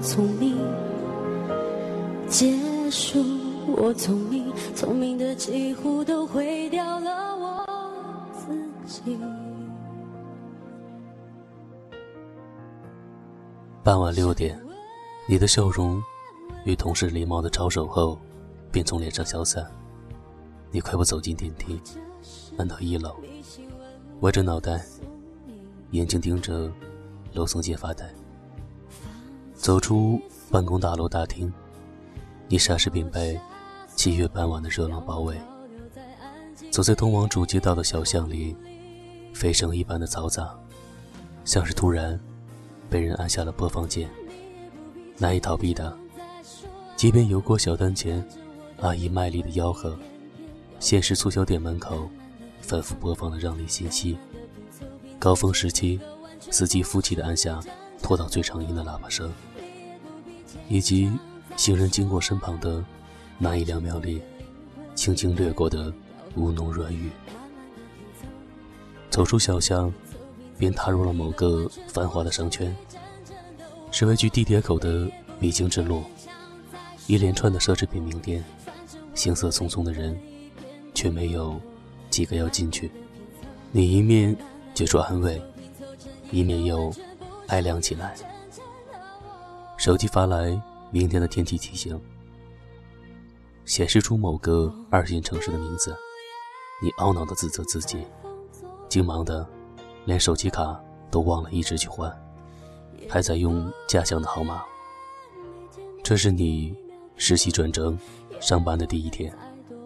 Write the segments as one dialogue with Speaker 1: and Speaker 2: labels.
Speaker 1: 聪明，结束我聪明，聪明的几乎都毁掉了我自己。
Speaker 2: 傍晚6点，你的笑容与同事礼貌的招手后便从脸上消散。你快步走进电梯，按到1楼，歪着脑袋，眼睛盯着楼层间发呆。走出办公大楼大厅，你霎时便被7月傍晚的热浪包围。走在通往主街道的小巷里，飞升一般的嘈杂，像是突然被人按下了播放键，难以逃避的。即便游过小摊前阿姨卖力的吆喝，现实促销店门口反复播放的让利信息，高峰时期司机夫妻的按下拖到最长音的喇叭声，以及行人经过身旁的那1-2秒里轻轻掠过的吴侬软语。走出小巷，便踏入了某个繁华的商圈，是位于地铁口的必经之路，一连串的奢侈品名店，行色匆匆的人却没有几个要进去。你一面接受安慰，一面又哀凉起来。手机发来明天的天气提醒，显示出某个2线城市的名字。你懊恼地自责自己，急忙的连手机卡都忘了一直去换，还在用家乡的号码。这是你实习转正上班的第1天，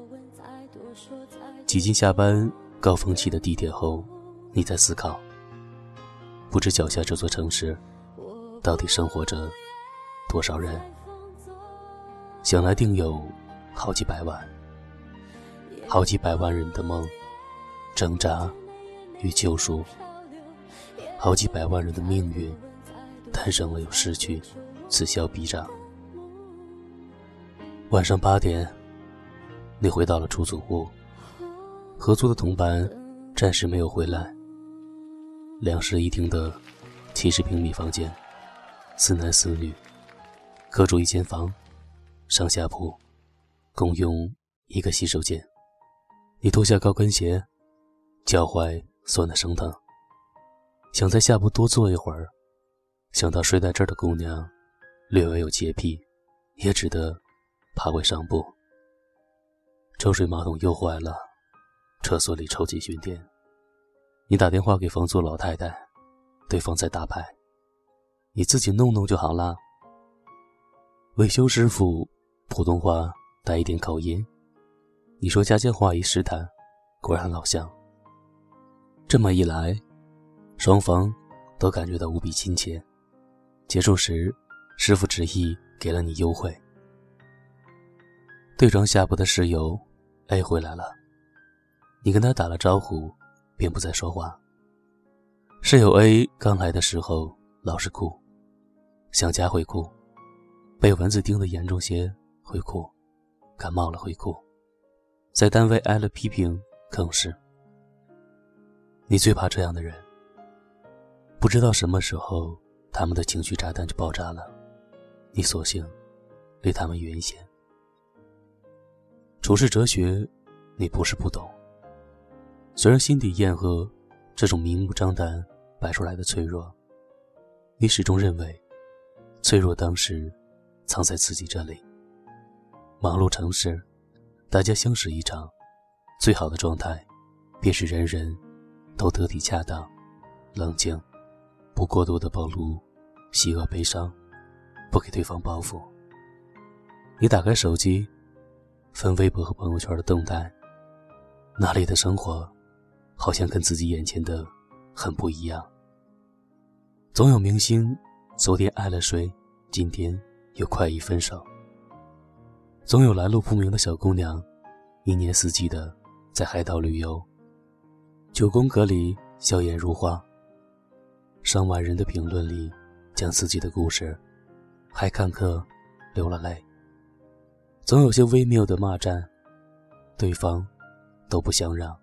Speaker 2: 挤进下班高峰期的地铁后，你在思考，不知脚下这座城市到底生活着多少人，想来定有好几百万，好几百万人的梦，挣扎与救赎，好几百万人的命运诞生了又失去，此消彼长。晚上8点，你回到了出租屋，合租的同伴暂时没有回来。2室1厅的70平米房间，4男4女，各住1间房，上下铺，共用1个洗手间。你脱下高跟鞋，脚踝酸得生疼，想在下铺多坐一会儿，想到睡在这儿的姑娘略微有洁癖，也只得爬回上铺。抽水马桶又坏了，厕所里臭气熏天。你打电话给房租老太太，对方在打牌，你自己弄弄就好了。维修师傅普通话带一点口音，你说家乡话一试探，果然老乡。这么一来，双方都感觉到无比亲切。结束时，师傅执意给了你优惠。对床下铺的室友 A 回来了，你跟他打了招呼，便不再说话。室友 A 刚来的时候老是哭，想家会哭，被蚊子叮得严重些会哭，感冒了会哭，在单位挨了批评更是。你最怕这样的人，不知道什么时候他们的情绪炸弹就爆炸了，你索性离他们远一些。处世哲学你不是不懂，虽然心底厌恶这种明目张胆摆出来的脆弱，你始终认为脆弱当时藏在自己这里。忙碌城市，大家相识一场，最好的状态便是人人都得体恰当，冷静，不过多的暴露喜恶悲伤，不给对方包袱。你打开手机，翻微博和朋友圈的动态，那里的生活好像跟自己眼前的很不一样。总有明星昨天爱了谁，今天又快意分手。总有来路不明的小姑娘，一年四季的在海岛旅游。9宫格里笑颜如花，上万人的评论里讲自己的故事，还看客流了泪。总有些微妙的骂战，对方都不相让。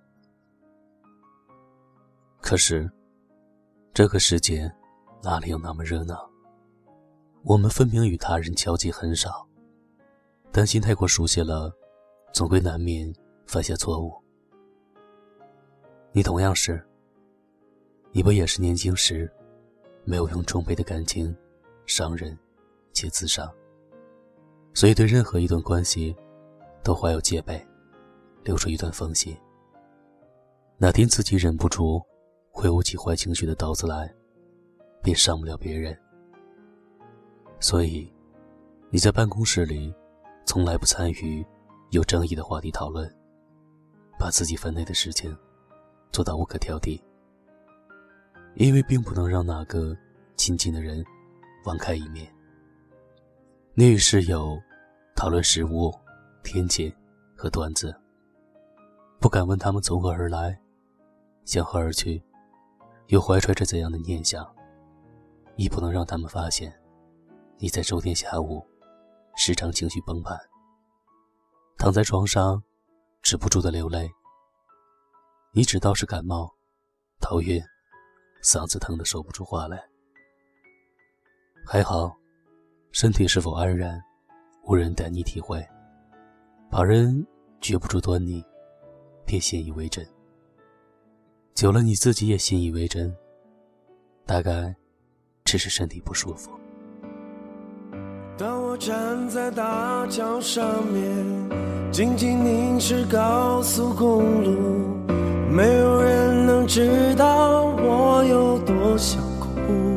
Speaker 2: 可是这个世界哪里有那么热闹？ 我们分明与他人交集很少，担心太过熟悉了，总归难免犯下错误。你同样是，你不也是年轻时没有用充沛的感情伤人且自伤，所以对任何一段关系都怀有戒备，留出一段缝隙。哪天自己忍不住挥舞起坏情绪的刀子来，便伤不了别人。所以你在办公室里从来不参与有争议的话题讨论，把自己分内的事情做到无可挑剔，因为并不能让哪个亲近的人网开一面。你与室友讨论食物、天气和段子，不敢问他们从何而来，向何而去，又怀揣着怎样的念想，亦不能让他们发现你在周天下午时常情绪崩盘，躺在床上止不住的流泪。你只道是感冒、头晕、嗓子疼得说不出话来。还好，身体是否安然，无人带你体会，旁人觉不出端倪，便信以为真。久了你自己也信以为真，大概只是身体不舒服。
Speaker 3: 当我站在大桥上面，静静凝视高速公路，没有人能知道我有多想哭。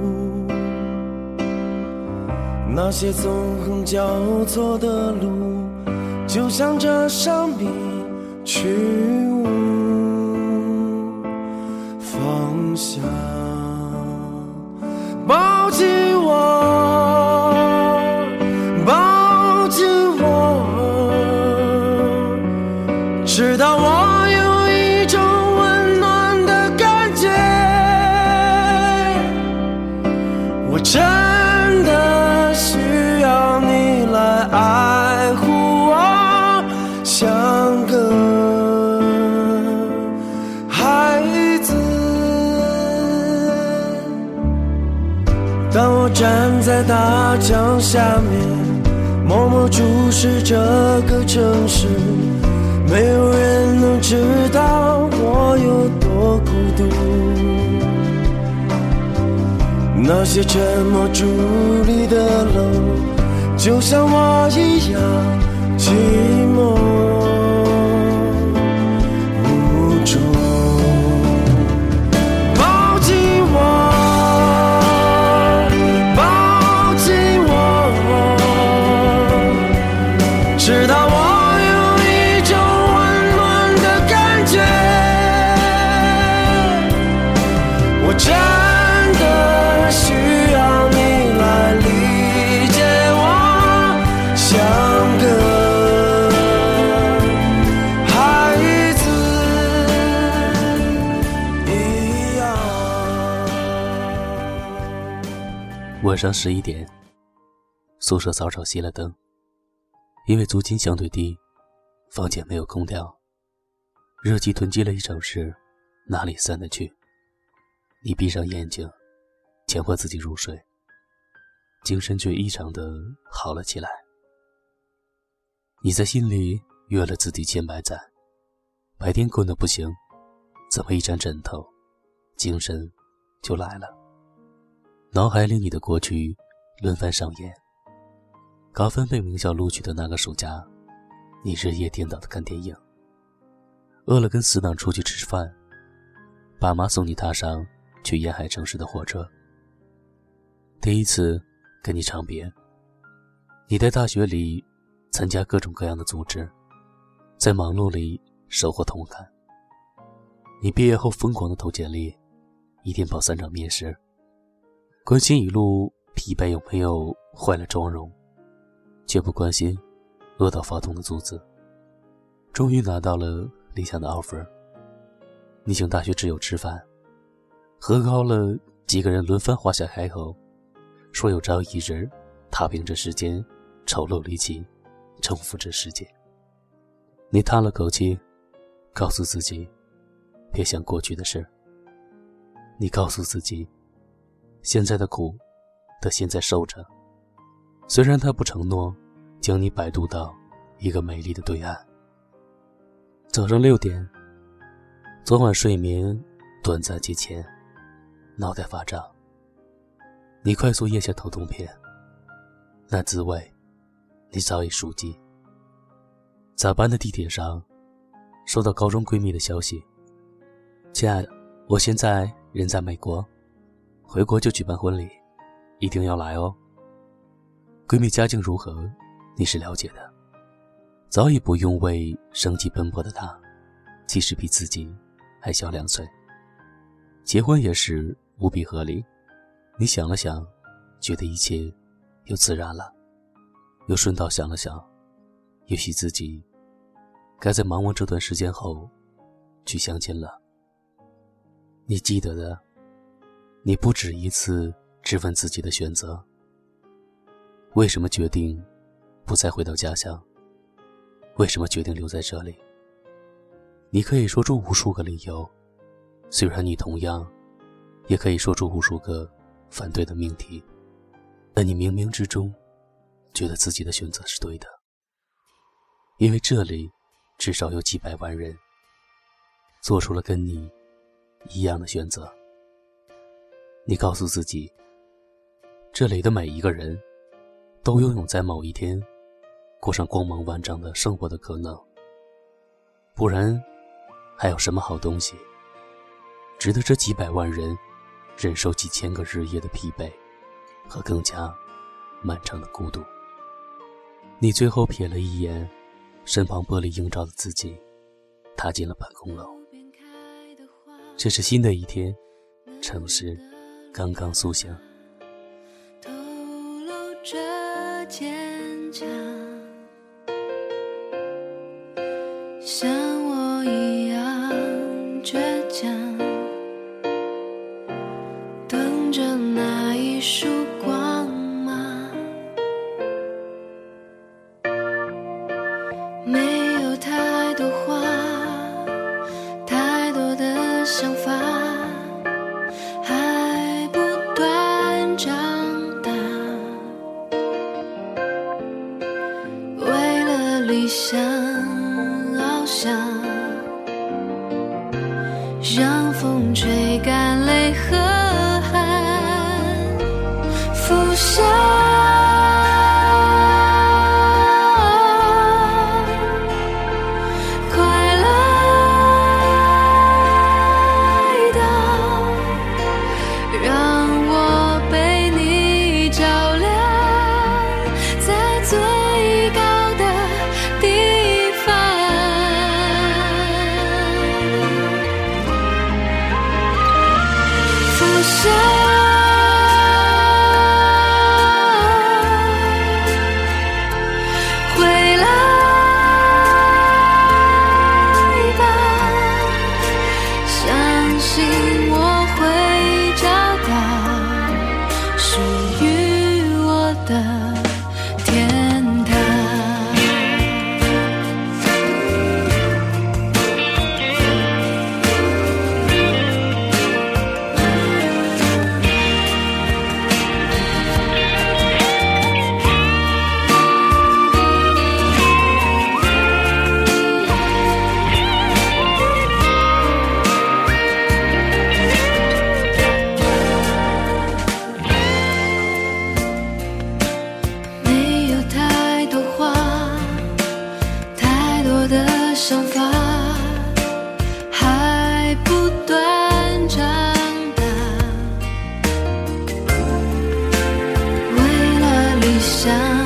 Speaker 3: 那些纵横交错的路，就像这上笔去无方向。抱紧我，抱紧我，直到我有一种温暖的感觉。我真的需要你来爱护我，像个孩子。当我站在大江下面，默默注视这个城市，没有人能知道我有多孤独。那些沉默伫立的楼，就像我一样寂寞无助。抱紧我，抱紧我，直到我有一种温暖的感觉。我真的需要你来理解我，像个孩子一样。
Speaker 2: 晚上11点，宿舍早早熄了灯，因为租金相对低，房间没有空调，热气囤积了一整日，哪里散得去？你闭上眼睛，强迫自己入睡，精神却异常的好了起来。你在心里约了自己千百载，白天困得不行，怎么一沾枕头，精神就来了。脑海里你的过去轮番上演。高分被名校录取的那个暑假，你日夜颠倒的看电影，饿了跟死党出去吃饭，爸妈送你踏上去沿海城市的火车。第一次跟你唱别，你在大学里参加各种各样的组织，在忙碌里收获同感。你毕业后疯狂的投简历，一天跑3场面试，关心一路疲惫有没有坏了妆容，却不关心饿到发痛的肚子。终于拿到了理想的 offer， 你请大学挚友吃饭，喝高了，几个人轮番画下开口，说有朝一日踏平这世间丑陋离奇，征服这世界。你叹了口气，告诉自己别想过去的事。你告诉自己，现在的苦得现在受着， 虽然他不承诺将你摆渡到一个美丽的对岸。早上6点，昨晚睡眠短暂且浅，脑袋发胀，你快速咽下头痛片，那滋味你早已熟记。早班的地铁上收到高中闺蜜的消息，亲爱的，我现在人在美国，回国就举办婚礼，一定要来哦。闺蜜家境如何你是了解的，早已不用为生计奔波的她，其实比自己还小2岁。结婚也是无比合理，你想了想，觉得一切又自然了，又顺道想了想，也许自己该在忙完这段时间后去相亲了。你记得的，你不止一次质问自己的选择，为什么决定不再回到家乡？为什么决定留在这里？你可以说出无数个理由，虽然你同样也可以说出无数个反对的命题，但你冥冥之中觉得自己的选择是对的，因为这里至少有几百万人做出了跟你一样的选择。你告诉自己，这里的每一个人都拥有在某一天过上光芒万丈的生活的可能，不然还有什么好东西值得这几百万人忍受几千个日夜的疲惫和更加漫长的孤独？你最后瞥了一眼身旁玻璃映照的自己，踏进了办公楼。这是新的一天，城市刚刚苏醒，
Speaker 1: 透露着坚强，像我一样倔强，等着那一束光芒。没有太多话，太多的想法，还不断长大。为了理想翱翔，让风吹干泪和汗，浮上想法还不断长大，为了理想